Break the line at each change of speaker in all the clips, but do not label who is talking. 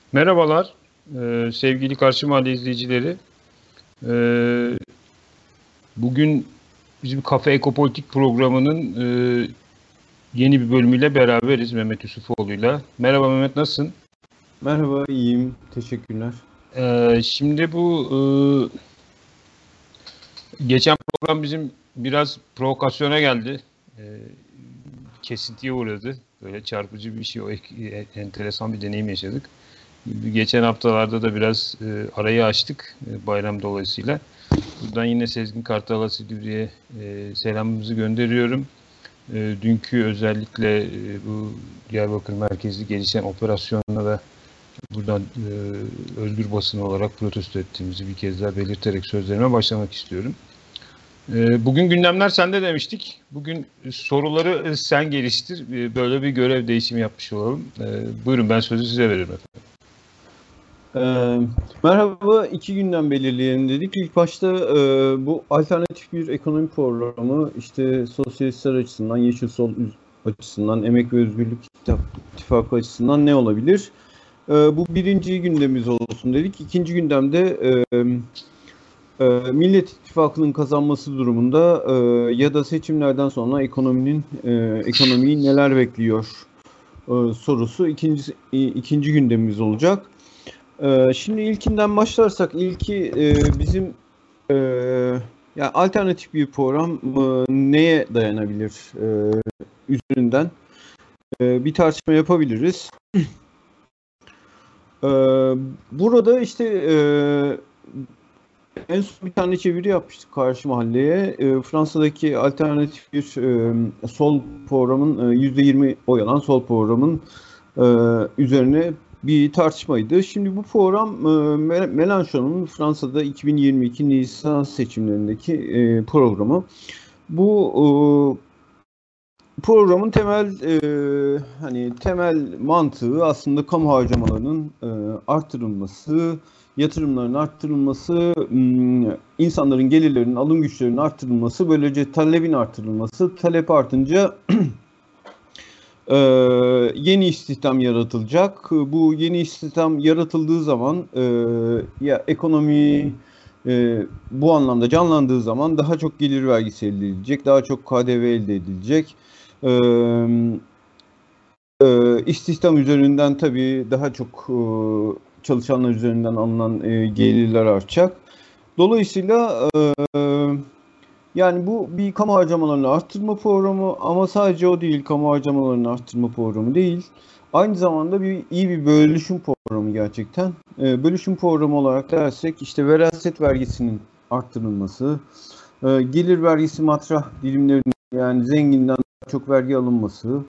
Merhabalar, sevgili Karşı Mahalle izleyicileri. Ee, Bugün bizim Kafe Ekopolitik programının yeni bir bölümüyle beraberiz Mehmet Yusufoğlu'yla. Merhaba Mehmet, nasılsın?
Merhaba, iyiyim. Teşekkürler.
Şimdi bu geçen program bizim biraz provokasyona geldi. Kesintiye uğradı. Böyle çarpıcı bir şey, enteresan bir deneyim yaşadık. Geçen haftalarda da biraz arayı açtık bayram dolayısıyla. Buradan yine Sezgin Kartal'a Silivri'ye selamımızı gönderiyorum. Dünkü özellikle bu Diyarbakır merkezli gelişen operasyonla da buradan özgür basın olarak protesto ettiğimizi bir kez daha belirterek sözlerime başlamak istiyorum. Bugün gündemler sende demiştik. Bugün soruları sen geliştir. Böyle bir görev değişimi yapmış olalım. Buyurun, ben sözü size veririm efendim.
Merhaba, 2 günden belirleyelim dedik. İlk başta bu alternatif bir ekonomi programı, işte sosyalistler açısından, Yeşil Sol açısından, Emek ve Özgürlük İttifakı açısından ne olabilir? Bu birinci gündemimiz olsun dedik. İkinci gündemde Millet İttifakı'nın kazanması durumunda ya da seçimlerden sonra ekonomiyi neler bekliyor sorusu ikinci gündemimiz olacak. Şimdi ilkinden başlarsak, ilki bizim yani alternatif bir program neye dayanabilir üzerinden bir tartışma yapabiliriz. Burada işte en son bir tane çeviri yapmıştık Karşı Mahalle'ye. Fransa'daki alternatif bir sol programın %20 oy alan sol programın üzerine bir tartışmaydı. Şimdi bu program Mélenchon'un Fransa'da 2022 Nisan seçimlerindeki programı. Bu programın temel mantığı aslında kamu harcamalarının arttırılması, yatırımların arttırılması, insanların gelirlerinin, alım güçlerinin arttırılması, böylece talebin arttırılması. Talep artınca yeni istihdam yaratılacak. Bu yeni istihdam yaratıldığı zaman ya ekonomi bu anlamda canlandığı zaman daha çok gelir vergisi elde edilecek, daha çok KDV elde edilecek. İstihdam üzerinden tabii daha çok çalışanlar üzerinden alınan gelirler artacak. Dolayısıyla yani bu bir kamu harcamalarını arttırma programı, ama sadece o değil, kamu harcamalarını arttırma programı değil. Aynı zamanda iyi bir bölüşüm programı gerçekten. Bölüşüm programı olarak dersek işte veraset vergisinin arttırılması, gelir vergisi matrah dilimlerinin, yani zenginden daha çok vergi alınması,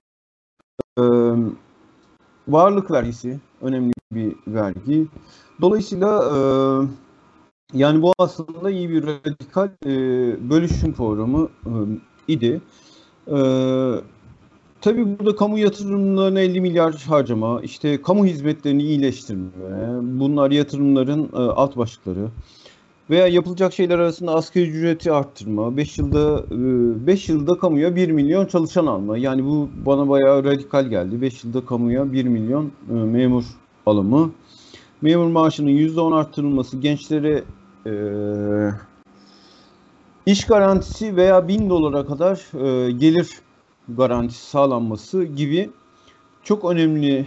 varlık vergisi önemli bir vergi. Dolayısıyla yani bu aslında iyi bir radikal bölüşüm programı idi. Tabii burada kamu yatırımlarına 50 milyar harcama, işte kamu hizmetlerini iyileştirme, bunlar yatırımların alt başlıkları. Veya yapılacak şeyler arasında asgari ücreti arttırma, 5 yılda kamuya 1 milyon çalışan alma. Yani bu bana bayağı radikal geldi. 5 yılda kamuya 1 milyon memur alımı. Memur maaşının %10 arttırılması, gençlere iş garantisi veya 1000 dolara kadar gelir garantisi sağlanması gibi çok önemli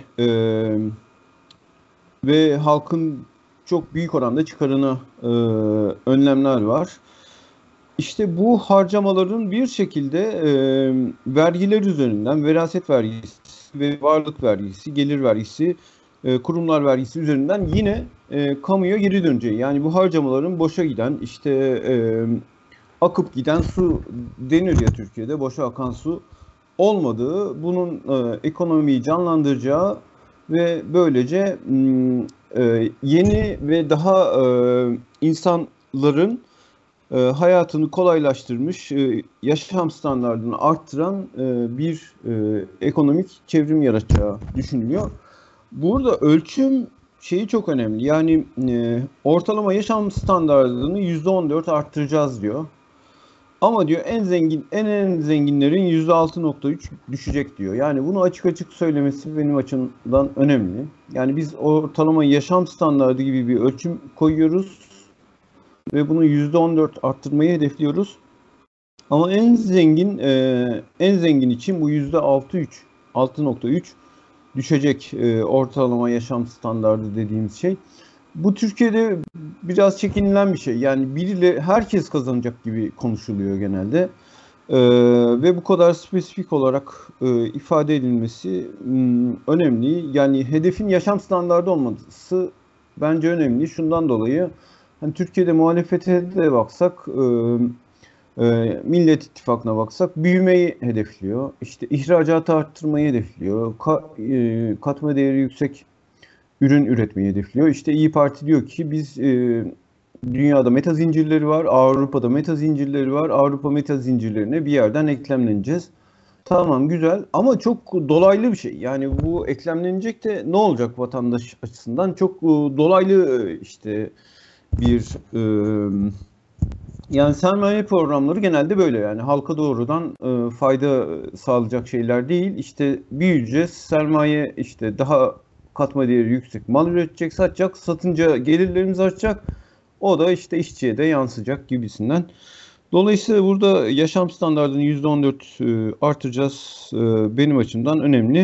ve halkın çok büyük oranda çıkarına önlemler var. İşte bu harcamaların bir şekilde vergiler üzerinden, veraset vergisi ve varlık vergisi, gelir vergisi, kurumlar vergisi üzerinden yine kamuya geri döneceği. Yani bu harcamaların boşa giden, işte akıp giden su denir ya Türkiye'de, boşa akan su olmadığı, bunun ekonomiyi canlandıracağı ve böylece yeni ve daha insanların hayatını kolaylaştırmış, yaşam standartını arttıran bir ekonomik çevrim yaratacağı düşünülüyor. Burada ölçüm şeyi çok önemli. Yani ortalama yaşam standartını %14 arttıracağız diyor. Ama diyor en zenginlerin %6,3 düşecek diyor. Yani bunu açık açık söylemesi benim açımdan önemli. Yani biz ortalama yaşam standardı gibi bir ölçüm koyuyoruz ve bunu %14 arttırmayı hedefliyoruz. Ama en zengin için bu %6,3 düşecek ortalama yaşam standardı dediğimiz şey. Bu Türkiye'de biraz çekinilen bir şey. Yani herkes kazanacak gibi konuşuluyor genelde. Ve bu kadar spesifik olarak ifade edilmesi önemli. Yani hedefin yaşam standardı olması bence önemli. Şundan dolayı hani Türkiye'de muhalefete de baksak, Millet İttifakı'na baksak büyümeyi hedefliyor. İşte ihracatı arttırmayı hedefliyor. Katma değeri yüksek ürün üretmeyi hedefliyor. İşte İyi Parti diyor ki biz dünyada meta zincirleri var, Avrupa'da meta zincirleri var. Avrupa meta zincirlerine bir yerden eklemleneceğiz. Tamam, güzel ama çok dolaylı bir şey. Yani bu eklemlenecek de ne olacak vatandaş açısından? Çok dolaylı işte bir yani sermaye programları genelde böyle, yani halka doğrudan fayda sağlayacak şeyler değil. İşte büyüyeceğiz, sermaye işte daha katma değeri yüksek mal üretecek, satacak, satınca gelirlerimiz artacak. O da işte işçiye de yansıyacak gibisinden. Dolayısıyla burada yaşam standartını %14 artıracağız, benim açımdan önemli.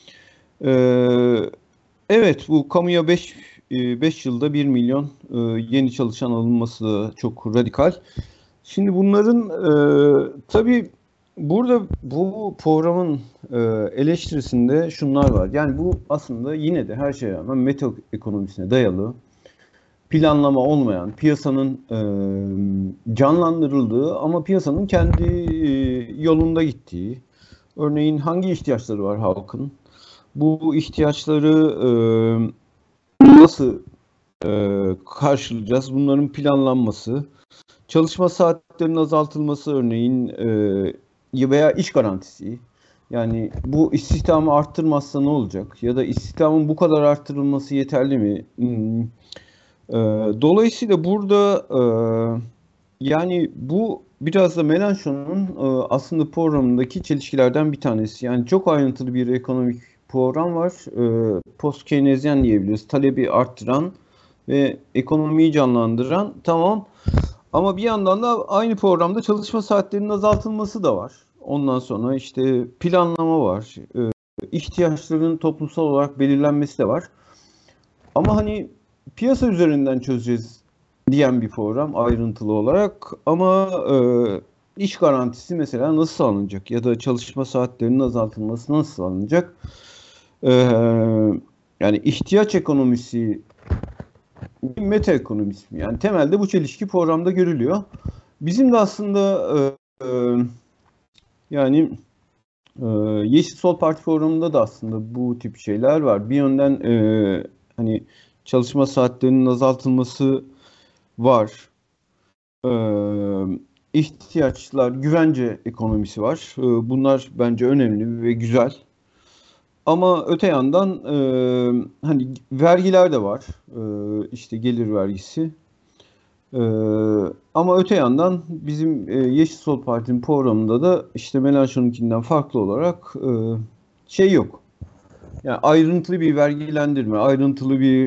Evet, bu kamuya 5 yılda 1 milyon yeni çalışan alınması da çok radikal. Şimdi bunların tabii burada bu programın eleştirisinde şunlar var. Yani bu aslında yine de her şeye rağmen meta ekonomisine dayalı, planlama olmayan, piyasanın canlandırıldığı ama piyasanın kendi yolunda gittiği. Örneğin hangi ihtiyaçları var halkın? Bu ihtiyaçları nasıl karşılayacağız? Bunların planlanması, çalışma saatlerinin azaltılması örneğin veya iş garantisi. Yani bu istihdamı arttırmazsa ne olacak? Ya da istihdamın bu kadar arttırılması yeterli mi? Dolayısıyla burada yani bu biraz da Mélenchon'un aslında programındaki çelişkilerden bir tanesi. Yani çok ayrıntılı bir ekonomik program var. Post Keynesyen diyebiliriz. Talebi arttıran ve ekonomiyi canlandıran, tamam. Ama bir yandan da aynı programda çalışma saatlerinin azaltılması da var. Ondan sonra işte planlama var. İhtiyaçların toplumsal olarak belirlenmesi de var. Ama hani piyasa üzerinden çözeceğiz diyen bir program ayrıntılı olarak. Ama iş garantisi mesela nasıl sağlanacak? Ya da çalışma saatlerinin azaltılması nasıl sağlanacak? Yani ihtiyaç ekonomisi, meta ekonomisi mi? Yani temelde bu çelişki programda görülüyor. Bizim de aslında yani Yeşil Sol Parti programında da aslında bu tip şeyler var. Bir yönden hani çalışma saatlerinin azaltılması var. İhtiyaçlar, güvence ekonomisi var. Bunlar bence önemli ve güzel. Ama öte yandan hani vergiler de var. İşte gelir vergisi. Ama öte yandan bizim Yeşil Sol Parti'nin programında da işte Mélenchon'unkinden farklı olarak şey yok. Yani ayrıntılı bir vergilendirme, ayrıntılı bir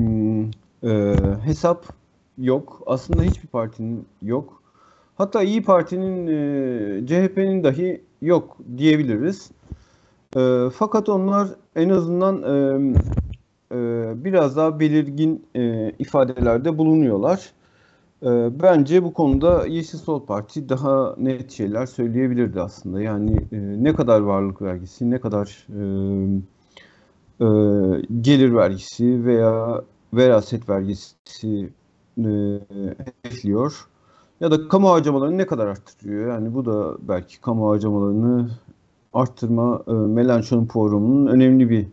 hesap yok. Aslında hiçbir partinin yok. Hatta İyi Parti'nin, CHP'nin dahi yok diyebiliriz. Fakat onlar en azından biraz daha belirgin ifadelerde bulunuyorlar. Bence bu konuda Yeşil Sol Parti daha net şeyler söyleyebilirdi aslında. Yani ne kadar varlık vergisi, ne kadar e, gelir vergisi veya veraset vergisi hedefliyor. Ya da kamu harcamalarını ne kadar arttırıyor? Yani bu da belki kamu harcamalarını arttırma Mélenchon programının önemli bir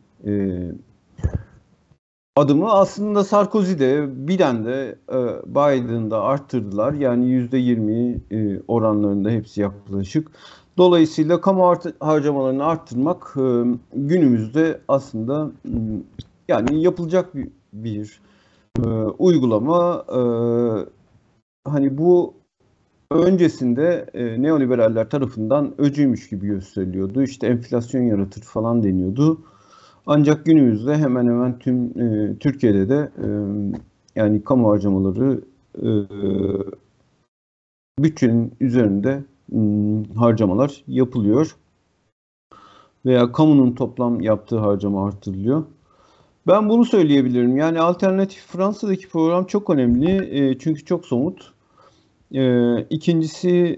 adımı. Aslında Sarkozy'de, Biden'de, Biden'da arttırdılar. Yani %20 oranlarında hepsi yaklaşık. Dolayısıyla kamu harcamalarını arttırmak günümüzde aslında yani yapılacak bir uygulama. Hani bu öncesinde neoliberaller tarafından öcüymüş gibi gösteriliyordu. İşte enflasyon yaratır falan deniyordu. Ancak günümüzde hemen hemen tüm Türkiye'de de yani kamu harcamaları e, bütçenin üzerinde harcamalar yapılıyor. Veya kamunun toplam yaptığı harcama artırılıyor. Ben bunu söyleyebilirim. Yani alternatif Fransa'daki program çok önemli. Çünkü çok somut. İkincisi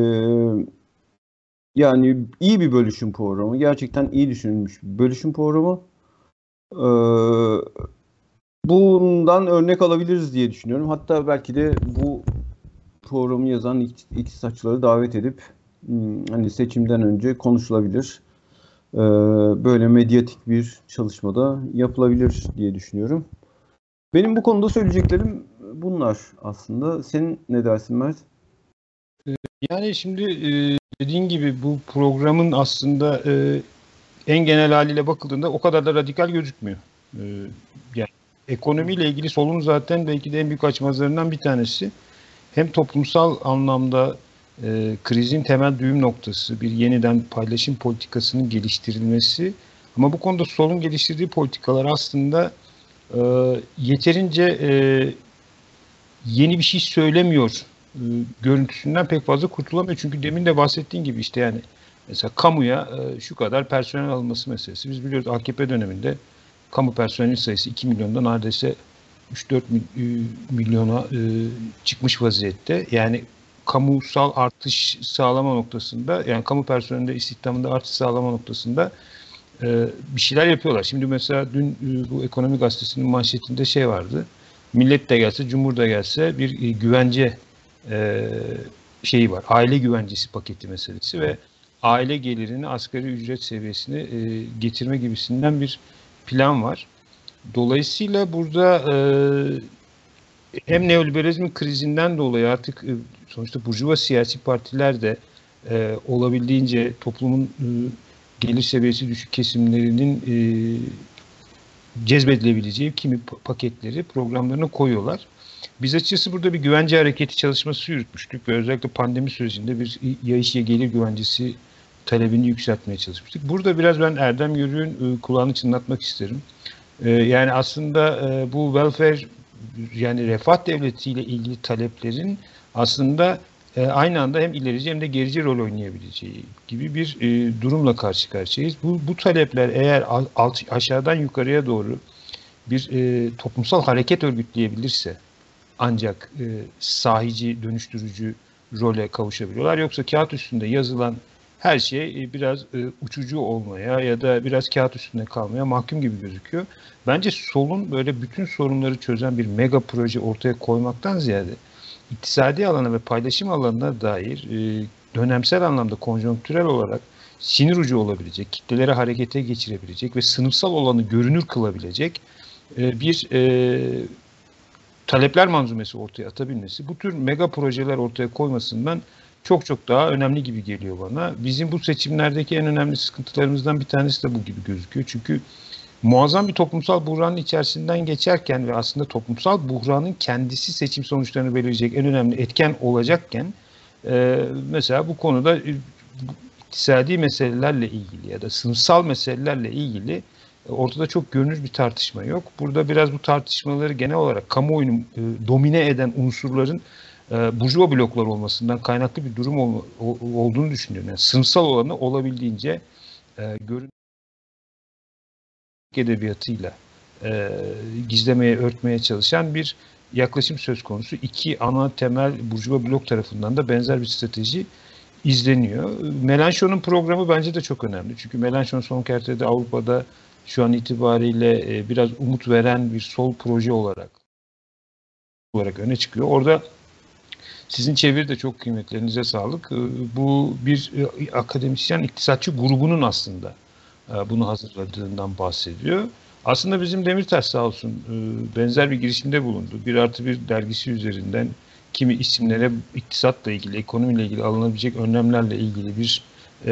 yani iyi bir bölüşüm programı. Gerçekten iyi düşünülmüş bir bölüşüm programı. E, Bundan örnek alabiliriz diye düşünüyorum. Hatta belki de bu programı yazan iktisatçıları davet edip hani seçimden önce konuşulabilir. Böyle medyatik bir çalışmada yapılabilir diye düşünüyorum. Benim bu konuda söyleyeceklerim bunlar aslında. Senin ne dersin Mert?
Yani şimdi dediğin gibi bu programın aslında en genel haliyle bakıldığında o kadar da radikal gözükmüyor. Yani ekonomiyle ilgili solun zaten belki de en büyük açmazlarından bir tanesi. Hem toplumsal anlamda krizin temel düğüm noktası, bir yeniden paylaşım politikasının geliştirilmesi. Ama bu konuda solun geliştirdiği politikalar aslında yeterince yeni bir şey söylemiyor görüntüsünden pek fazla kurtulamıyor. Çünkü demin de bahsettiğin gibi işte yani mesela kamuya şu kadar personel alınması meselesi. Biz biliyoruz AKP döneminde kamu personeli sayısı 2 milyondan neredeyse 3-4 milyona çıkmış vaziyette. Yani kamusal artış sağlama noktasında, yani kamu personelinde istihdamında artış sağlama noktasında bir şeyler yapıyorlar. Şimdi mesela dün bu Ekonomi Gazetesi'nin manşetinde şey vardı. Millet de gelse, Cumhur da gelse bir güvence şeyi var. Aile güvencesi paketi meselesi ve aile gelirini asgari ücret seviyesine getirme gibisinden bir plan var. Dolayısıyla burada hem neoliberalizmin krizinden dolayı artık sonuçta burjuva siyasi partiler de olabildiğince toplumun gelir seviyesi düşük kesimlerinin cezbedilebileceği kimi paketleri programlarına koyuyorlar. Biz açıkçası burada bir güvence hareketi çalışması yürütmüştük ve özellikle pandemi sürecinde bir yayış gelir güvencesi talebini yükseltmeye çalışmıştık. Burada biraz ben Erdem Yörük'ün kulağını çınlatmak isterim. Yani aslında bu welfare, yani refah devletiyle ilgili taleplerin aslında aynı anda hem ilerici hem de gerici rol oynayabileceği gibi bir durumla karşı karşıyayız. Bu talepler eğer aşağıdan yukarıya doğru bir toplumsal hareket örgütleyebilirse ancak sahici, dönüştürücü role kavuşabiliyorlar. Yoksa kağıt üstünde yazılan her şey biraz uçucu olmaya ya da biraz kağıt üstünde kalmaya mahkum gibi gözüküyor. Bence solun böyle bütün sorunları çözen bir mega proje ortaya koymaktan ziyade iktisadi alana ve paylaşım alanına dair dönemsel anlamda konjonktürel olarak sinir ucu olabilecek, kitleleri harekete geçirebilecek ve sınıfsal olanı görünür kılabilecek bir talepler manzumesi ortaya atabilmesi, bu tür mega projeler ortaya koymasından çok çok daha önemli gibi geliyor bana. Bizim bu seçimlerdeki en önemli sıkıntılarımızdan bir tanesi de bu gibi gözüküyor. Çünkü muazzam bir toplumsal buhranın içerisinden geçerken ve aslında toplumsal buhranın kendisi seçim sonuçlarını belirleyecek en önemli etken olacakken mesela bu konuda iktisadi meselelerle ilgili ya da sınıfsal meselelerle ilgili ortada çok görünür bir tartışma yok. Burada biraz bu tartışmaları genel olarak kamuoyunu domine eden unsurların burjuva bloklar olmasından kaynaklı bir durum olduğunu düşünüyorum. Yani sınıfsal olanı olabildiğince görünür edebiyatıyla gizlemeye, örtmeye çalışan bir yaklaşım söz konusu. İki ana temel burjuva blok tarafından da benzer bir strateji izleniyor. Mélenchon'un programı bence de çok önemli. Çünkü Mélenchon son kertede Avrupa'da şu an itibariyle biraz umut veren bir sol proje olarak öne çıkıyor. Orada sizin çeviri de çok kıymetli, elinize sağlık. Bu bir akademisyen iktisatçı grubunun aslında bunu hazırladığından bahsediyor. Aslında bizim Demirtaş sağ olsun benzer bir girişimde bulundu. 1+1 dergisi üzerinden kimi isimlere iktisatla ilgili, ekonomiyle ilgili alınabilecek önlemlerle ilgili bir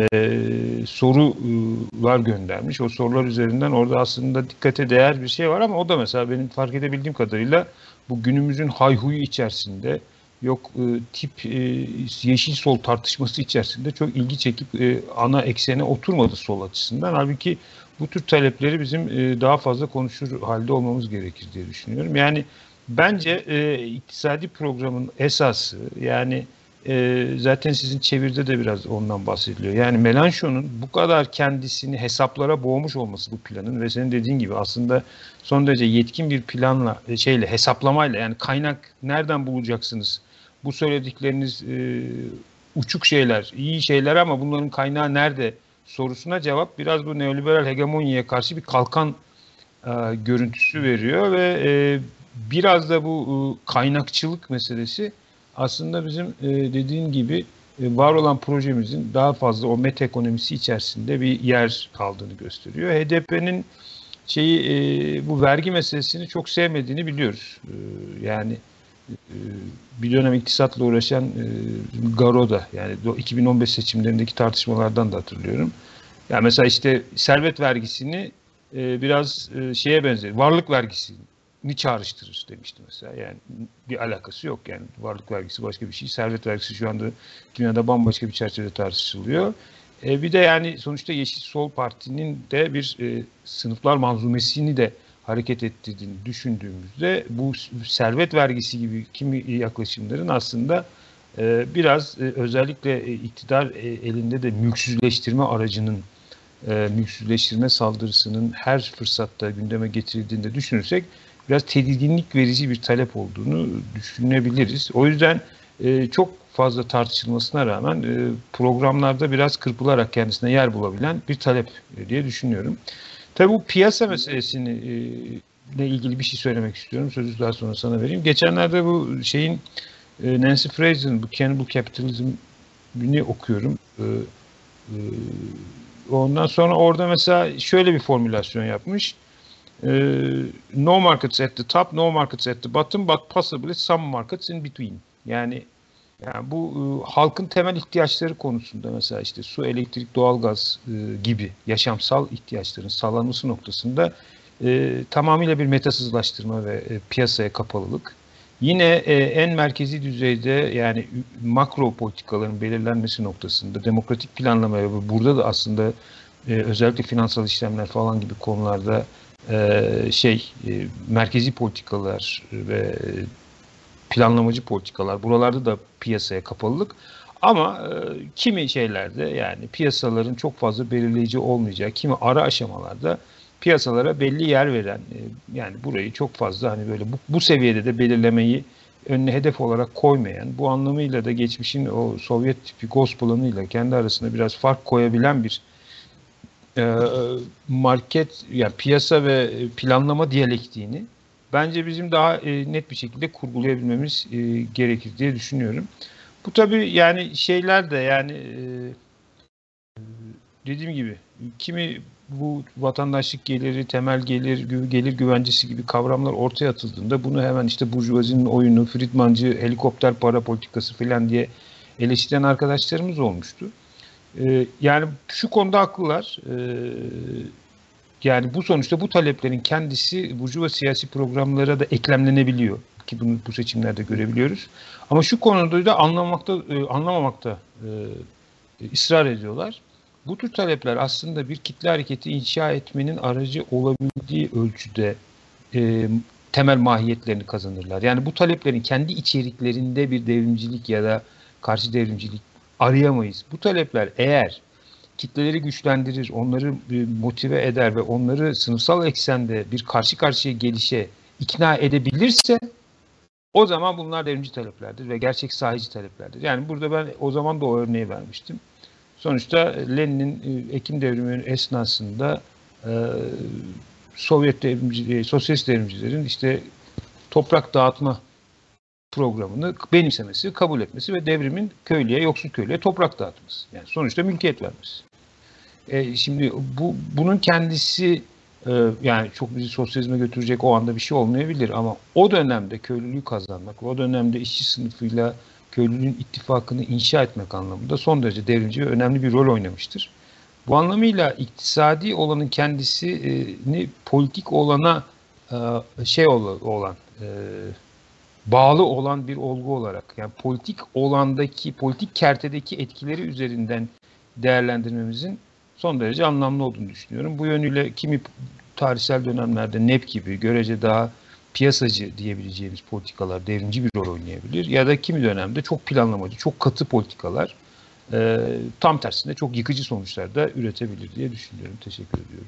sorular göndermiş. O sorular üzerinden orada aslında dikkate değer bir şey var ama o da mesela benim fark edebildiğim kadarıyla bu günümüzün hayhuyu içerisinde yok tip yeşil sol tartışması içerisinde çok ilgi çekip ana eksene oturmadı sol açısından. Halbuki bu tür talepleri bizim daha fazla konuşur halde olmamız gerekir diye düşünüyorum. Yani bence iktisadi programın esası, yani zaten sizin çeviride de biraz ondan bahsediliyor. Yani Mélenchon'un bu kadar kendisini hesaplara boğmuş olması bu planın ve senin dediğin gibi aslında son derece yetkin bir planla, hesaplamayla, yani kaynak nereden bulacaksınız? Bu söyledikleriniz uçuk şeyler, iyi şeyler ama bunların kaynağı nerede sorusuna cevap biraz bu neoliberal hegemonyaya karşı bir kalkan görüntüsü veriyor ve biraz da bu kaynakçılık meselesi aslında bizim dediğin gibi var olan projemizin daha fazla o meta ekonomisi içerisinde bir yer aldığını gösteriyor. HDP'nin bu vergi meselesini çok sevmediğini biliyoruz. Yani bir dönem iktisatla uğraşan Garo da, yani 2015 seçimlerindeki tartışmalardan da hatırlıyorum. Yani mesela işte servet vergisini biraz şeye benzer, varlık vergisini çağrıştırır demişti mesela. Yani bir alakası yok. Yani varlık vergisi başka bir şey. Servet vergisi şu anda dünyada bambaşka bir çerçevede tartışılıyor. Bir de yani sonuçta Yeşil Sol Parti'nin de bir sınıflar manzumesini de hareket ettirdiğini düşündüğümüzde bu servet vergisi gibi kimi yaklaşımların aslında biraz özellikle iktidar elinde de mülksüzleştirme aracının, mülksüzleştirme saldırısının her fırsatta gündeme getirildiğinde düşünürsek biraz tedirginlik verici bir talep olduğunu düşünebiliriz. O yüzden çok fazla tartışılmasına rağmen programlarda biraz kırpılarak kendisine yer bulabilen bir talep diye düşünüyorum. Tabii bu piyasa meselesini ile ilgili bir şey söylemek istiyorum. Sözü daha sonra sana vereyim. Geçenlerde bu Nancy Fraser'ın bu Cannibal Capitalism'ini okuyorum. Ondan sonra orada mesela şöyle bir formülasyon yapmış. No markets at the top, no markets at the bottom, but possibly some markets in between. Yani bu halkın temel ihtiyaçları konusunda mesela işte su, elektrik, doğalgaz gibi yaşamsal ihtiyaçların sağlanması noktasında tamamıyla bir metasızlaştırma ve piyasaya kapalılık. Yine en merkezi düzeyde, yani makro politikaların belirlenmesi noktasında demokratik planlamaya ve burada da aslında özellikle finansal işlemler falan gibi konularda merkezi politikalar ve planlamacı politikalar, buralarda da piyasaya kapalılık. Ama kimi şeylerde, yani piyasaların çok fazla belirleyici olmayacağı, kimi ara aşamalarda piyasalara belli yer veren, yani burayı çok fazla hani böyle bu seviyede de belirlemeyi önüne hedef olarak koymayan, bu anlamıyla da geçmişin o Sovyet tipi Госпланıyla kendi arasında biraz fark koyabilen bir market, yani piyasa ve planlama diyalektiğini bence bizim daha net bir şekilde kurgulayabilmemiz gerekir diye düşünüyorum. Bu tabii yani şeyler de, yani dediğim gibi kimi bu vatandaşlık geliri, temel gelir, gelir güvencesi gibi kavramlar ortaya atıldığında bunu hemen işte burjuvazinin oyunu, Friedmancı helikopter para politikası falan diye eleştiren arkadaşlarımız olmuştu. Yani şu konuda haklılar. Yani bu sonuçta bu taleplerin kendisi burjuva siyasi programlara da eklemlenebiliyor ki bunu bu seçimlerde görebiliyoruz. Ama şu konuda da anlamamakta ısrar ediyorlar. Bu tür talepler aslında bir kitle hareketi inşa etmenin aracı olabildiği ölçüde temel mahiyetlerini kazanırlar. Yani bu taleplerin kendi içeriklerinde bir devrimcilik ya da karşı devrimcilik arayamayız. Bu talepler eğer kitleleri güçlendirir, onları motive eder ve onları sınıfsal eksende bir karşı karşıya gelişe ikna edebilirse o zaman bunlar devrimci taleplerdir ve gerçek sahici taleplerdir. Yani burada ben o zaman da o örneği vermiştim. Sonuçta Lenin'in Ekim devrimi esnasında sosyalist devrimcilerin işte toprak dağıtma programını benimsemesi, kabul etmesi ve devrimin köylüye, yoksul köylüye toprak dağıtması. Yani sonuçta mülkiyet vermesi. Şimdi bunun kendisi yani çok bizi sosyalizme götürecek o anda bir şey olmayabilir ama o dönemde köylülüğü kazanmak, o dönemde işçi sınıfıyla köylünün ittifakını inşa etmek anlamında son derece devrimci ve önemli bir rol oynamıştır. Bu anlamıyla iktisadi olanın kendisini politik olana olan bağlı olan bir olgu olarak, yani politik kertedeki etkileri üzerinden değerlendirmemizin son derece anlamlı olduğunu düşünüyorum. Bu yönüyle kimi tarihsel dönemlerde NEP gibi görece daha piyasacı diyebileceğimiz politikalar devrimci bir rol oynayabilir. Ya da kimi dönemde çok planlamacı, çok katı politikalar tam tersine çok yıkıcı sonuçlar da üretebilir diye düşünüyorum. Teşekkür ediyorum.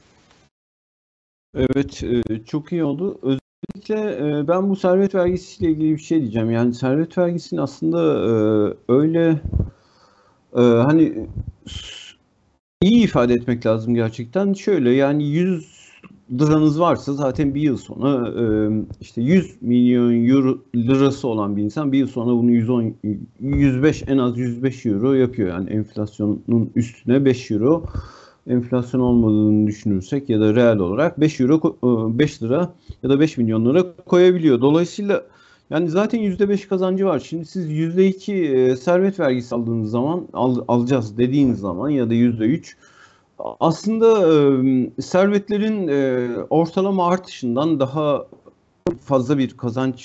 Evet, çok iyi oldu. Özellikle ben bu servet vergisiyle ilgili bir şey diyeceğim. Yani servet vergisini aslında öyle hani iyi ifade etmek lazım gerçekten. Şöyle yani 100 liranız varsa zaten bir yıl sonra işte 100 milyon euro lirası olan bir insan bir yıl sonra bunu 105 en az 105 euro yapıyor. Yani enflasyonun üstüne 5 euro enflasyon olmadığını düşünürsek ya da reel olarak 5 euro 5 lira ya da 5 milyon lira koyabiliyor. Dolayısıyla yani zaten %5 kazancı var. Şimdi siz %2 servet vergisi aldığınız zaman alacağız dediğiniz zaman ya da %3 aslında servetlerin ortalama artışından daha fazla bir kazanç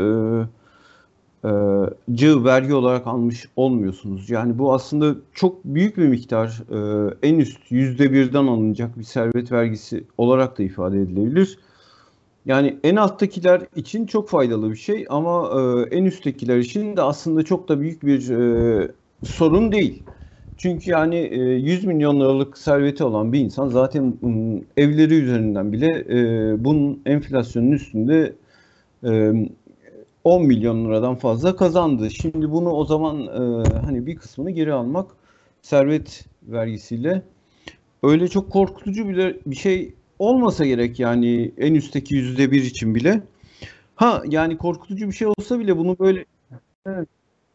vergi olarak almış olmuyorsunuz. Yani bu aslında çok büyük bir miktar en üst %1'den alınacak bir servet vergisi olarak da ifade edilebilir. Yani en alttakiler için çok faydalı bir şey ama en üsttekiler için de aslında çok da büyük bir sorun değil. Çünkü yani 100 milyon liralık serveti olan bir insan zaten evleri üzerinden bile bunun enflasyonun üstünde 10 milyon liradan fazla kazandı. Şimdi bunu o zaman hani bir kısmını geri almak servet vergisiyle öyle çok korkutucu bile bir şey olmasa gerek yani en üstteki %1 için bile. Ha yani korkutucu bir şey olsa bile bunu böyle evet.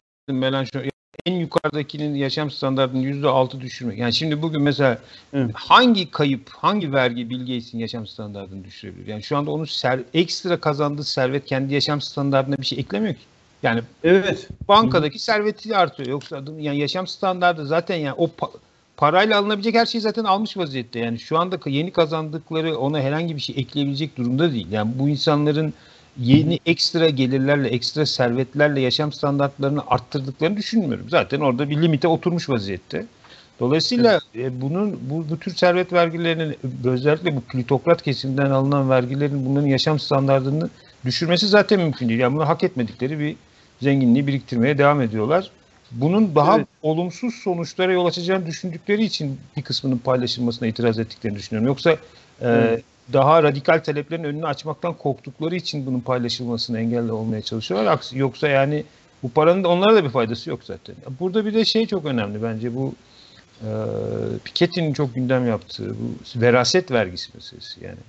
En yukarıdakinin yaşam standartını %6 düşürmek. Yani şimdi bugün mesela
Evet.
hangi vergi Bill Gates'in yaşam standartını düşürebilir? Yani şu anda onun ekstra kazandığı servet kendi yaşam standartına bir şey eklemiyor ki. Yani
Evet.
bankadaki serveti artıyor. Yoksa yani yaşam standartı zaten yani o parayla alınabilecek her şeyi zaten almış vaziyette. Yani şu anda yeni kazandıkları ona herhangi bir şey ekleyebilecek durumda değil. Yani bu insanların yeni ekstra gelirlerle, ekstra servetlerle yaşam standartlarını arttırdıklarını düşünmüyorum. Zaten orada bir limite oturmuş vaziyette. Dolayısıyla bu tür servet vergilerinin özellikle bu plutokrat kesimden alınan vergilerin bunların yaşam standartını düşürmesi zaten mümkün değil. Yani bunu hak etmedikleri bir zenginliği biriktirmeye devam ediyorlar. Bunun daha olumsuz sonuçlara yol açacağını düşündükleri için bir kısmının paylaşılmasına itiraz ettiklerini düşünüyorum. Yoksa daha radikal taleplerin önünü açmaktan korktukları için bunun paylaşılmasını engelle olmaya çalışıyorlar. Yoksa yani bu paranın da onlara da bir faydası yok zaten. Burada bir de şey çok önemli bence bu Piketty'nin çok gündem yaptığı bu veraset vergisi meselesi yani.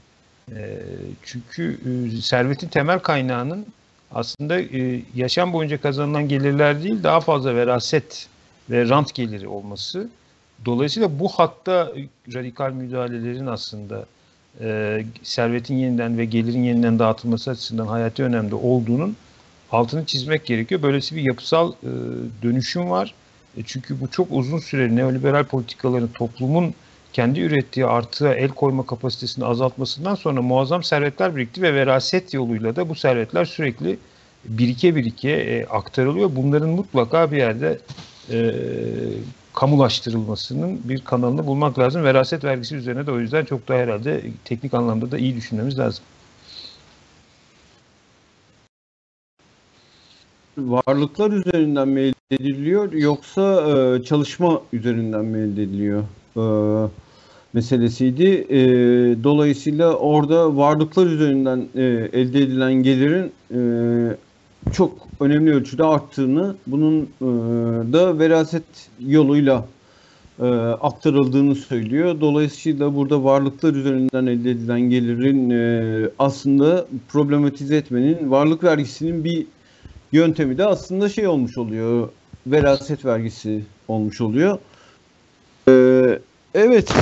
Çünkü servetin temel kaynağının aslında yaşam boyunca kazanılan gelirler değil daha fazla veraset ve rant geliri olması. Dolayısıyla bu hatta radikal müdahalelerin aslında servetin yeniden ve gelirin yeniden dağıtılması açısından hayati önemli olduğunun altını çizmek gerekiyor. Böylesi bir yapısal dönüşüm var. Çünkü bu çok uzun süreli neoliberal politikaların toplumun kendi ürettiği artığa el koyma kapasitesini azaltmasından sonra muazzam servetler birikti ve veraset yoluyla da bu servetler sürekli birike aktarılıyor. Bunların mutlaka bir yerde kamulaştırılmasının bir kanalını bulmak lazım. Veraset vergisi üzerine de o yüzden çok daha herhalde teknik anlamda da iyi düşünmemiz lazım.
Varlıklar üzerinden mi elde ediliyor yoksa çalışma üzerinden mi elde ediliyor meselesiydi. Dolayısıyla orada varlıklar üzerinden elde edilen gelirin çok önemli ölçüde arttığını, bunun da veraset yoluyla aktarıldığını söylüyor. Dolayısıyla burada varlıklar üzerinden elde edilen gelirin aslında problematize etmenin, varlık vergisinin bir yöntemi de aslında şey olmuş oluyor, veraset vergisi olmuş oluyor. Evet,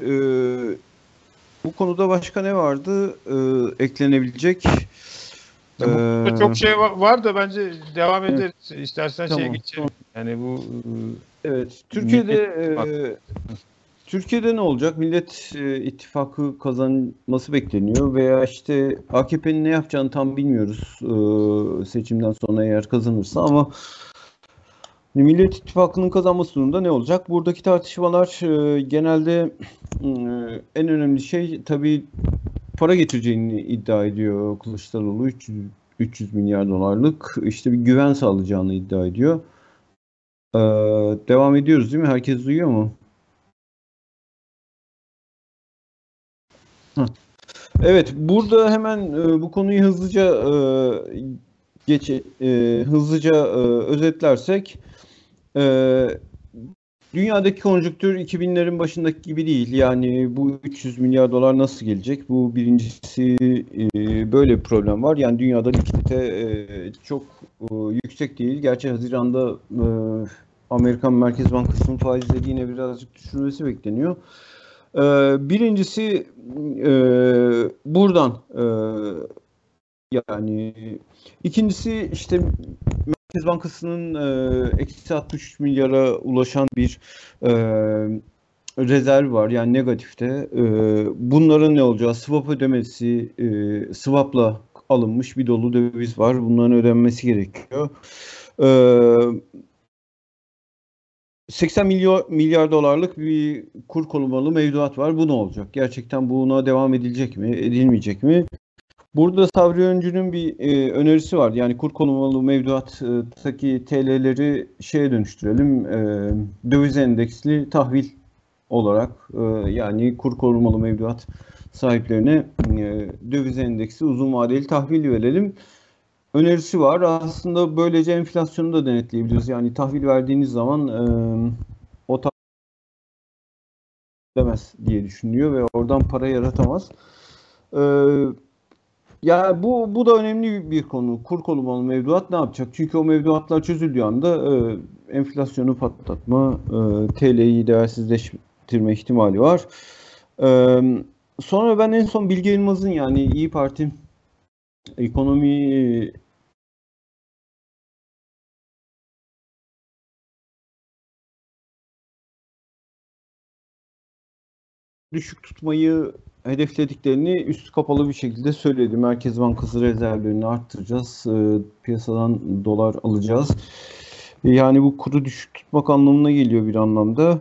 bu konuda başka ne vardı eklenebilecek?
Çok şey var da bence devam ederiz. İstersen
tamam,
şeye geçelim. Yani bu
evet, Türkiye'de Türkiye'de ne olacak? Millet İttifakı kazanması bekleniyor veya işte AKP'nin ne yapacağını tam bilmiyoruz seçimden sonra eğer kazanırsa, ama Millet İttifakı'nın kazanması durumunda ne olacak? Buradaki tartışmalar genelde en önemli şey tabii para getireceğini iddia ediyor Kılıçdaroğlu. 300 milyar dolarlık işte bir güven sağlayacağını iddia ediyor. Ee, Devam ediyoruz değil mi? Herkes duyuyor mu? Heh. Evet, burada hemen bu konuyu hızlıca özetlersek, e, dünyadaki konjonktür 2000'lerin başındaki gibi değil. Yani bu 300 milyar dolar nasıl gelecek? Bu birincisi, böyle bir problem var. Yani dünyada likidite çok yüksek değil. Gerçi Haziran'da Amerikan Merkez Bankası'nın faizleri yine birazcık düşürmesi bekleniyor. Birincisi buradan, yani ikincisi işte Merkez Bankası'nın eksi 63 milyara ulaşan bir e, rezerv var, yani negatifte. Bunların ne olacağı, swap ödemesi, swapla alınmış bir dolu döviz var. Bunların ödenmesi gerekiyor. E, 80 milyar dolarlık bir kur korumalı mevduat var. Bu ne olacak? Gerçekten buna devam edilecek mi, edilmeyecek mi? Burada Sabri Öncü'nün bir önerisi var. Yani kur korumalı mevduattaki TL'leri şeye dönüştürelim. Döviz endeksli tahvil olarak, yani kur korumalı mevduat sahiplerine döviz endeksi uzun vadeli tahvil verelim önerisi var. Aslında böylece enflasyonu da denetleyebiliriz. Yani tahvil verdiğiniz zaman o tahvil demez diye düşünüyor ve oradan para yaratamaz. E, Ya bu da önemli bir konu. Kur korumalı mevduat ne yapacak? Çünkü o mevduatlar çözüldüğü anda enflasyonu patlatma, TL'yi değersizleştirme ihtimali var. E, Sonra ben en son Bilge Yılmaz'ın, yani İyi Parti ekonomi düşük tutmayı hedeflediklerini üstü kapalı bir şekilde söyledi. Merkez Bankası rezervlerini arttıracağız, piyasadan dolar alacağız. Yani bu kuru düşük tutmak anlamına geliyor bir anlamda.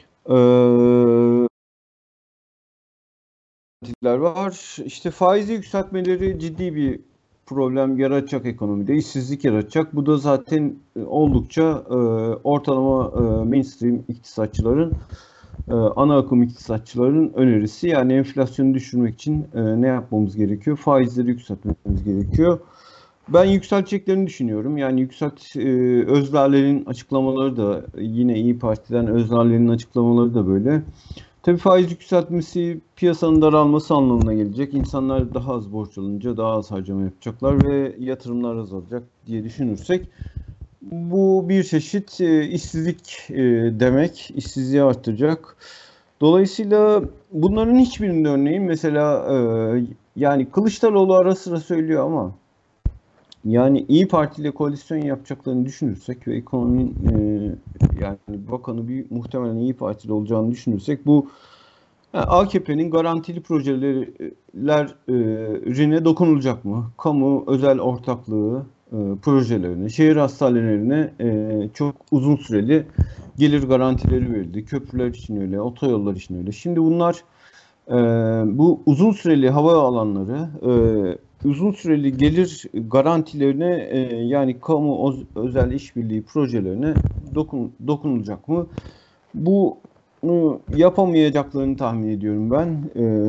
Var. İşte faizi yükseltmeleri ciddi bir problem yaratacak ekonomide, işsizlik yaratacak. Bu da zaten oldukça ortalama mainstream iktisatçıların, ana akım iktisatçıların önerisi. Yani enflasyonu düşürmek için ne yapmamız gerekiyor? Faizleri yükseltmemiz gerekiyor. Ben yükselteceklerini düşünüyorum. Yani Özler'lerin açıklamaları da, yine İyi Parti'den Özler'lerin açıklamaları da böyle. Tabii faiz yükseltmesi piyasanın daralması anlamına gelecek. İnsanlar daha az borç alınca daha az harcama yapacaklar ve yatırımlar azalacak diye düşünürsek, bu bir çeşit işsizlik demek, işsizliği arttıracak. Dolayısıyla bunların hiçbirinin örneği, mesela yani Kılıçdaroğlu ara sıra söylüyor ama yani İyi Parti ile koalisyon yapacaklarını düşünürsek ve ekonominin yani bakanı muhtemelen İyi Partili olacağını düşünürsek, bu AKP'nin garantili projelerine dokunulacak mı? Kamu özel ortaklığı projelerine, şehir hastanelerine çok uzun süreli gelir garantileri verildi. Köprüler için öyle, otoyollar için öyle. Şimdi bunlar, bu uzun süreli hava alanları, uzun süreli gelir garantilerine, yani kamu özel işbirliği projelerine dokunulacak mı? Bunu yapamayacaklarını tahmin ediyorum ben.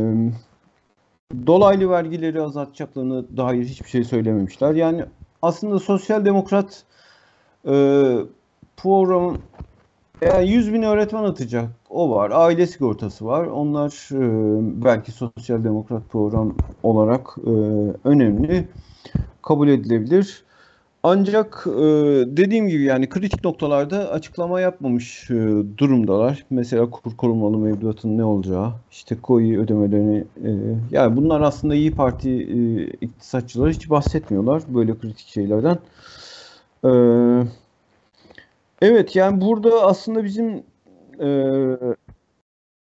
Dolaylı vergileri azaltacaklarına dair hiçbir şey söylememişler. Yani aslında sosyal demokrat e, program, yani 100 bin öğretmen atacak. O var. Aile sigortası var. Onlar belki sosyal demokrat program olarak önemli. Kabul edilebilir. Ancak dediğim gibi, yani kritik noktalarda açıklama yapmamış durumdalar. Mesela kur korumalı mevduatın ne olacağı, işte KOİ ödemelerini, yani bunlar aslında İyi Parti iktisatçıları hiç bahsetmiyorlar böyle kritik şeylerden. E, evet, yani burada aslında bizim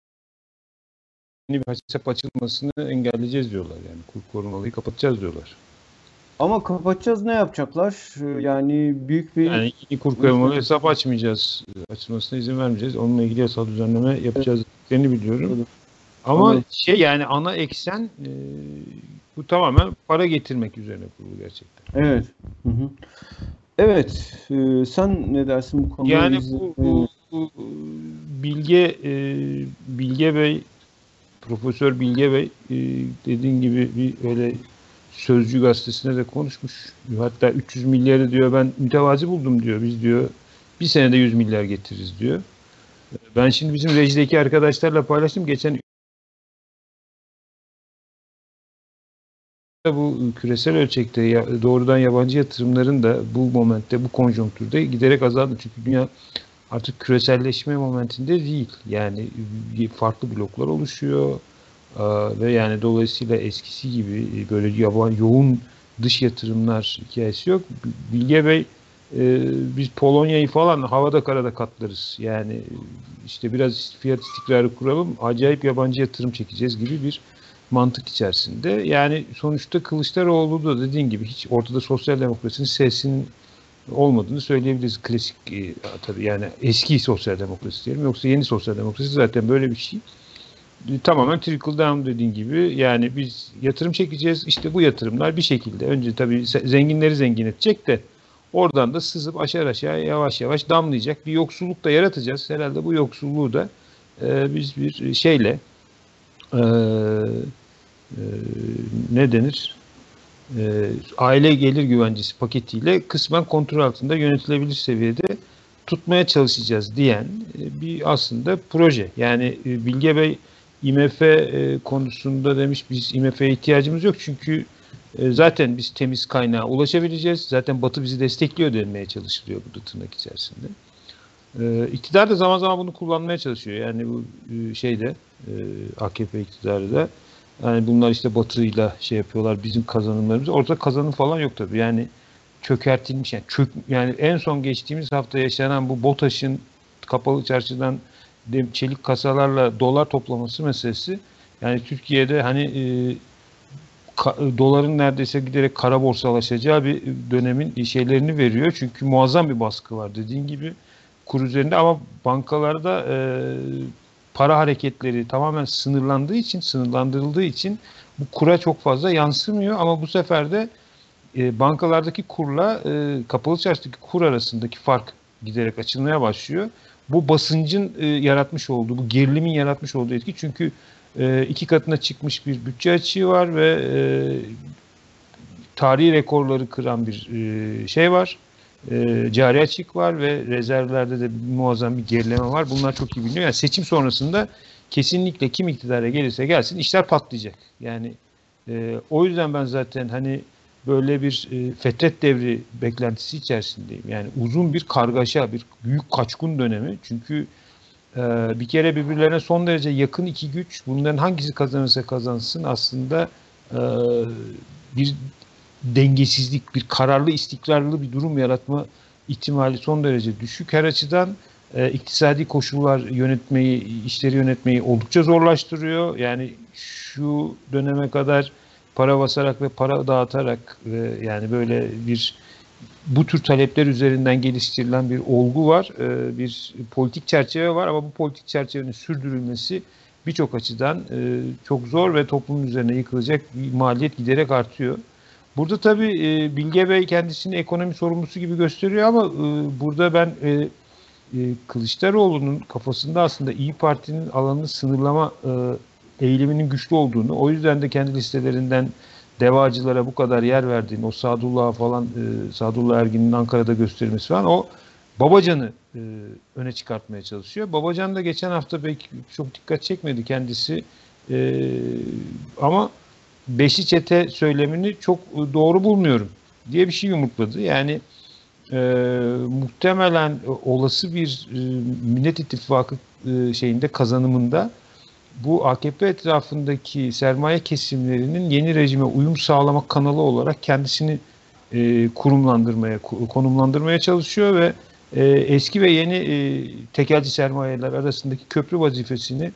bir hesap açılmasını engelleyeceğiz diyorlar. Yani kur korumalıyı kapatacağız diyorlar.
Ama kapatacağız, ne yapacaklar? Yani büyük bir
Yani yeni kur korumalı hesap açmayacağız. Açılmasına izin vermeyeceğiz. Onunla ilgili yasal düzenleme yapacağız dediklerini biliyorum. Ama
Evet.
yani ana eksen bu tamamen para getirmek üzerine kurulu gerçekten.
Evet. Hı hı. Evet. Sen ne dersin bu konuda?
Yani bu Bilge Bey, Profesör Bilge Bey dediğin gibi bir öyle Sözcü gazetesine de konuşmuş. Hatta 300 milyarı diyor ben mütevazi buldum diyor. Biz diyor bir senede 100 milyar getiririz diyor. Ben şimdi bizim rejideki arkadaşlarla paylaştım. Geçen bu küresel ölçekte doğrudan yabancı yatırımların da bu momentte, bu konjonktürde giderek azaldı. Çünkü dünya artık küreselleşme momentinde değil. Yani farklı bloklar oluşuyor. Ve yani dolayısıyla eskisi gibi böyle yoğun dış yatırımlar hikayesi yok. Bilge Bey biz Polonya'yı falan havada karada katlarız. Yani işte biraz fiyat istikrarı kuralım, acayip yabancı yatırım çekeceğiz gibi bir mantık içerisinde. Yani sonuçta Kılıçdaroğlu da dediğin gibi hiç ortada sosyal demokrasinin sesinin olmadığını söyleyebiliriz. Klasik tabii yani eski sosyal demokrasi diyelim. Yoksa yeni sosyal demokrasi zaten böyle bir şey. Tamamen trickle down dediğin gibi yani biz yatırım çekeceğiz. İşte bu yatırımlar bir şekilde önce tabii zenginleri zengin edecek de oradan da sızıp aşağı aşağı yavaş yavaş damlayacak bir yoksulluk da yaratacağız. Herhalde bu yoksulluğu da biz bir şeyle e, e, ne denir? Aile gelir güvencesi paketiyle kısmen kontrol altında yönetilebilir seviyede tutmaya çalışacağız diyen bir aslında proje. Yani Bilge Bey IMF konusunda demiş biz IMF'ye ihtiyacımız yok çünkü zaten biz temiz kaynağa ulaşabileceğiz. Zaten Batı bizi destekliyor denmeye çalışılıyor burada tırnak içerisinde. İktidar da zaman zaman bunu kullanmaya çalışıyor. Yani bu şeyde AKP iktidarı da yani bunlar işte Batı'yla şey yapıyorlar bizim kazanımlarımız. Orada kazanım falan yok tabii. Yani çökertilmiş yani en son geçtiğimiz hafta yaşanan bu BOTAŞ'ın kapalı çarşıdan çelik kasalarla dolar toplaması meselesi yani Türkiye'de hani doların neredeyse giderek kara borsalaşacağı bir dönemin şeylerini veriyor. Çünkü muazzam bir baskı var dediğin gibi kur üzerinde ama bankalarda para hareketleri tamamen sınırlandırıldığı için bu kura çok fazla yansımıyor ama bu sefer de bankalardaki kurla kapalı çarşıdaki kur arasındaki fark giderek açılmaya başlıyor. Bu basıncın yaratmış olduğu, bu gerilimin yaratmış olduğu etki çünkü iki katına çıkmış bir bütçe açığı var ve tarihi rekorları kıran bir şey var. Cari açık var ve rezervlerde de muazzam bir gerileme var. Bunlar çok iyi biliniyor. Yani seçim sonrasında kesinlikle kim iktidara gelirse gelsin işler patlayacak. Yani o yüzden ben zaten hani böyle bir fetret devri beklentisi içerisindeyim. Yani uzun bir kargaşa, bir büyük kaçkın dönemi. Çünkü bir kere birbirlerine son derece yakın iki güç. Bunların hangisi kazanırsa kazansın aslında bir dengesizlik, bir kararlı, istikrarlı bir durum yaratma ihtimali son derece düşük. Her açıdan iktisadi koşullar yönetmeyi, işleri yönetmeyi oldukça zorlaştırıyor. Yani şu döneme kadar para basarak ve para dağıtarak yani böyle bir bu tür talepler üzerinden geliştirilen bir olgu var, bir politik çerçeve var ama bu politik çerçevenin sürdürülmesi birçok açıdan çok zor ve toplumun üzerine yıkılacak bir maliyet giderek artıyor. Burada tabii Bilge Bey kendisini ekonomi sorumlusu gibi gösteriyor ama burada ben Kılıçdaroğlu'nun kafasında aslında İyi Parti'nin alanını sınırlama eğiliminin güçlü olduğunu, o yüzden de kendi listelerinden devacılara bu kadar yer verdiğini, o Sadullah'a falan, Sadullah Ergin'in Ankara'da gösterilmesi falan, o Babacan'ı öne çıkartmaya çalışıyor. Babacan da geçen hafta belki çok dikkat çekmedi kendisi ama Beşli Çete söylemini çok doğru bulmuyorum diye bir şey yumurtladı. Yani muhtemelen olası bir Millet İttifakı şeyinde kazanımında bu AKP etrafındaki sermaye kesimlerinin yeni rejime uyum sağlama kanalı olarak kendisini konumlandırmaya çalışıyor ve eski ve yeni tekelci sermayeler arasındaki köprü vazifesini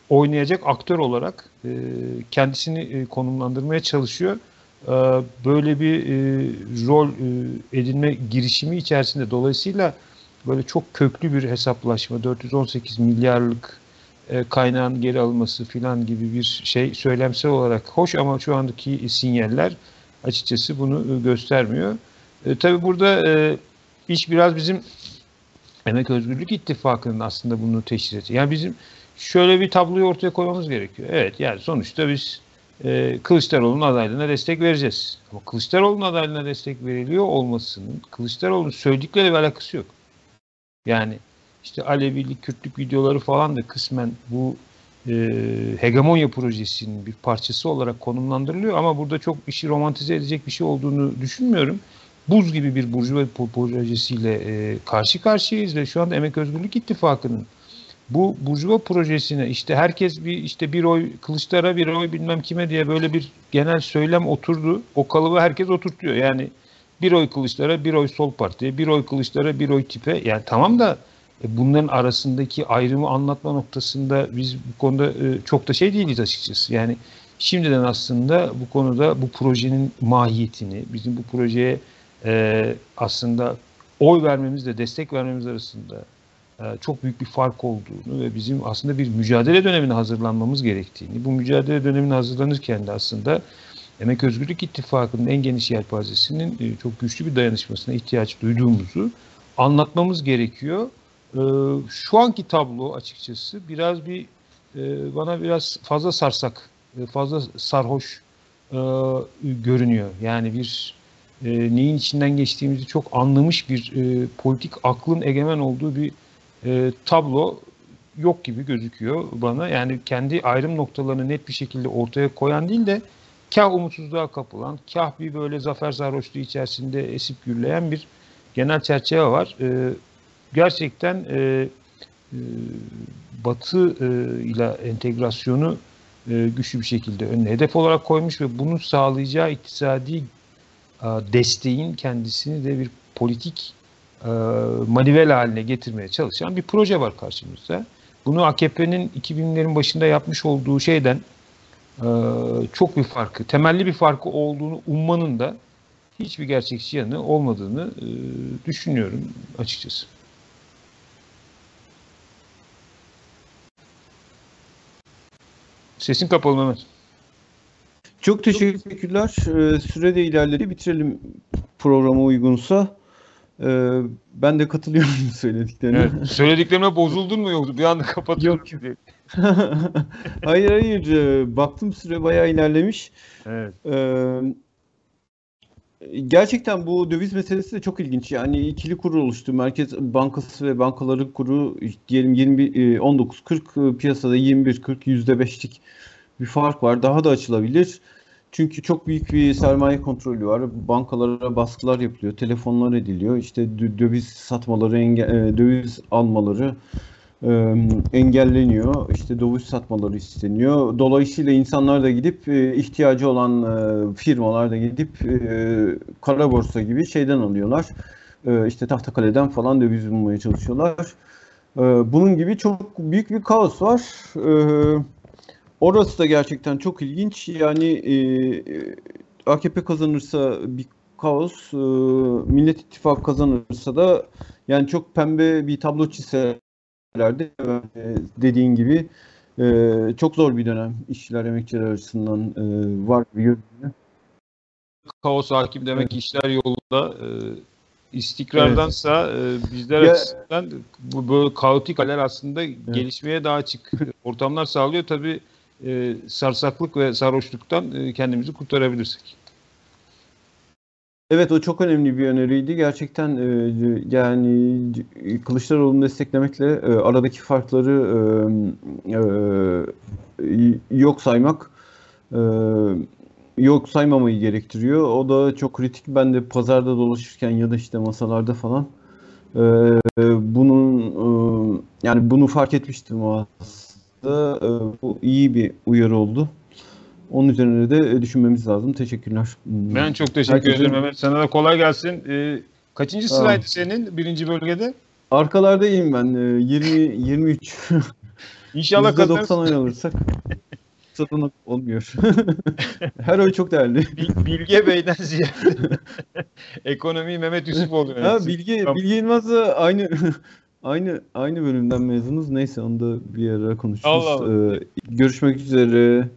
oynayacak aktör olarak kendisini konumlandırmaya çalışıyor. Böyle bir rol edinme girişimi içerisinde, dolayısıyla böyle çok köklü bir hesaplaşma, 418 milyarlık kaynağın geri alınması filan gibi bir şey söylemsel olarak hoş, ama şu andaki sinyaller açıkçası bunu göstermiyor. Tabii burada iş biraz bizim Emek Özgürlük İttifakı'nın aslında bunu teşhir ediyor. Yani bizim şöyle bir tabloyu ortaya koymamız gerekiyor. Evet, yani sonuçta biz Kılıçdaroğlu'nun adaylığına destek vereceğiz. Ama Kılıçdaroğlu'nun adaylığına destek veriliyor olmasının Kılıçdaroğlu'nun söyledikleriyle bir alakası yok. Yani işte Alevilik, Kürtlük videoları falan da kısmen bu hegemonya projesinin bir parçası olarak konumlandırılıyor, ama burada çok işi romantize edecek bir şey olduğunu düşünmüyorum. Buz gibi bir burjuva projesiyle karşı karşıyayız ve şu anda Emek Özgürlük İttifakı'nın bu burjuva projesine işte herkes bir oy Kılıçdaroğlu'na, bir oy bilmem kime diye böyle bir genel söylem oturdu. O kalıbı herkes oturtuyor. Yani bir oy Kılıçdaroğlu'na, bir oy Sol Parti'ye, bir oy Kılıçdaroğlu'na, bir oy tipe. Yani tamam da bunların arasındaki ayrımı anlatma noktasında biz bu konuda çok da şey değiliz açıkçası. Yani şimdiden aslında bu konuda bu projenin mahiyetini, bizim bu projeye aslında oy vermemizle destek vermemiz arasında çok büyük bir fark olduğunu ve bizim aslında bir mücadele dönemine hazırlanmamız gerektiğini, bu mücadele dönemine hazırlanırken de aslında Emek Özgürlük İttifakı'nın en geniş yelpazesinin çok güçlü bir dayanışmasına ihtiyaç duyduğumuzu anlatmamız gerekiyor. Şu anki tablo açıkçası bana biraz fazla sarsak, fazla sarhoş görünüyor. Yani neyin içinden geçtiğimizi çok anlamış bir politik aklın egemen olduğu bir tablo yok gibi gözüküyor bana. Yani kendi ayrım noktalarını net bir şekilde ortaya koyan değil de kah umutsuzluğa kapılan, kah bir böyle zafer sarhoşluğu içerisinde esip gürleyen bir genel çerçeve var. Gerçekten Batı ile entegrasyonu güçlü bir şekilde önüne hedef olarak koymuş ve bunu sağlayacağı iktisadi desteğin kendisini de bir politik manivela haline getirmeye çalışan bir proje var karşımızda. Bunu AKP'nin 2000'lerin başında yapmış olduğu şeyden çok bir farkı, temelli bir farkı olduğunu ummanın da hiçbir gerçekçi yanı olmadığını düşünüyorum açıkçası. Sesin kapalı Mehmet.
Çok teşekkürler. Süre de ilerledi. Bitirelim programa uygunsa. Ben de katılıyorum söylediklerine.
Evet, söylediklerime bozuldun mu yoksa bir anda kapatıyorum diye.
Hayır. Baktım süre bayağı ilerlemiş.
Evet.
Gerçekten bu döviz meselesi de çok ilginç. Yani ikili kur oluştu. Merkez Bankası ve bankaların kuru diyelim 19-40, piyasada 21-40, %5'lik bir fark var. Daha da açılabilir. Çünkü çok büyük bir sermaye kontrolü var. Bankalara baskılar yapılıyor, telefonlar ediliyor. İşte döviz satmaları, döviz almaları engelleniyor. İşte döviz satmaları isteniyor. Dolayısıyla insanlar da gidip ihtiyacı olan firmalar da gidip kara borsa gibi şeyden alıyorlar. İşte Tahtakale'den falan döviz bulmaya çalışıyorlar. Bunun gibi çok büyük bir kaos var. Orası da gerçekten çok ilginç. Yani AKP kazanırsa bir kaos, Millet İttifakı kazanırsa da yani çok pembe bir tablo çizselerdi. Dediğin gibi çok zor bir dönem işçiler, emekçiler açısından var bir görünüyor.
Kaos hakim demek, işler yolunda. İstikrardansa bizler açısından bu böyle kaotik haller aslında gelişmeye daha açık ortamlar sağlıyor. Tabii sarsaklık ve sarhoşluktan kendimizi kurtarabilirsek.
Evet, o çok önemli bir öneriydi. Gerçekten yani Kılıçdaroğlu'nu desteklemekle aradaki farkları yok saymamayı gerektiriyor. O da çok kritik. Ben de pazarda dolaşırken ya da işte masalarda falan bunu fark etmiştim aslında. Bu iyi bir uyarı oldu. Onun üzerine de düşünmemiz lazım. Teşekkürler.
Ben çok teşekkür ederim Mehmet. Sana da kolay gelsin. Kaçıncı sıraydı senin birinci bölgede?
Arkalardayım ben. 23.
İnşallah
%90
kazanırsın.
oy alırsak satın olmuyor. Her oy çok değerli.
Bilge Bey'den ziyade ekonomi Mehmet Yusufoğlu
Ha,
yönetsin.
Bilge Yılmaz'la aynı bölümden mezunuz. Neyse onu da bir ara konuşuruz.
Allah Allah.
Görüşmek üzere.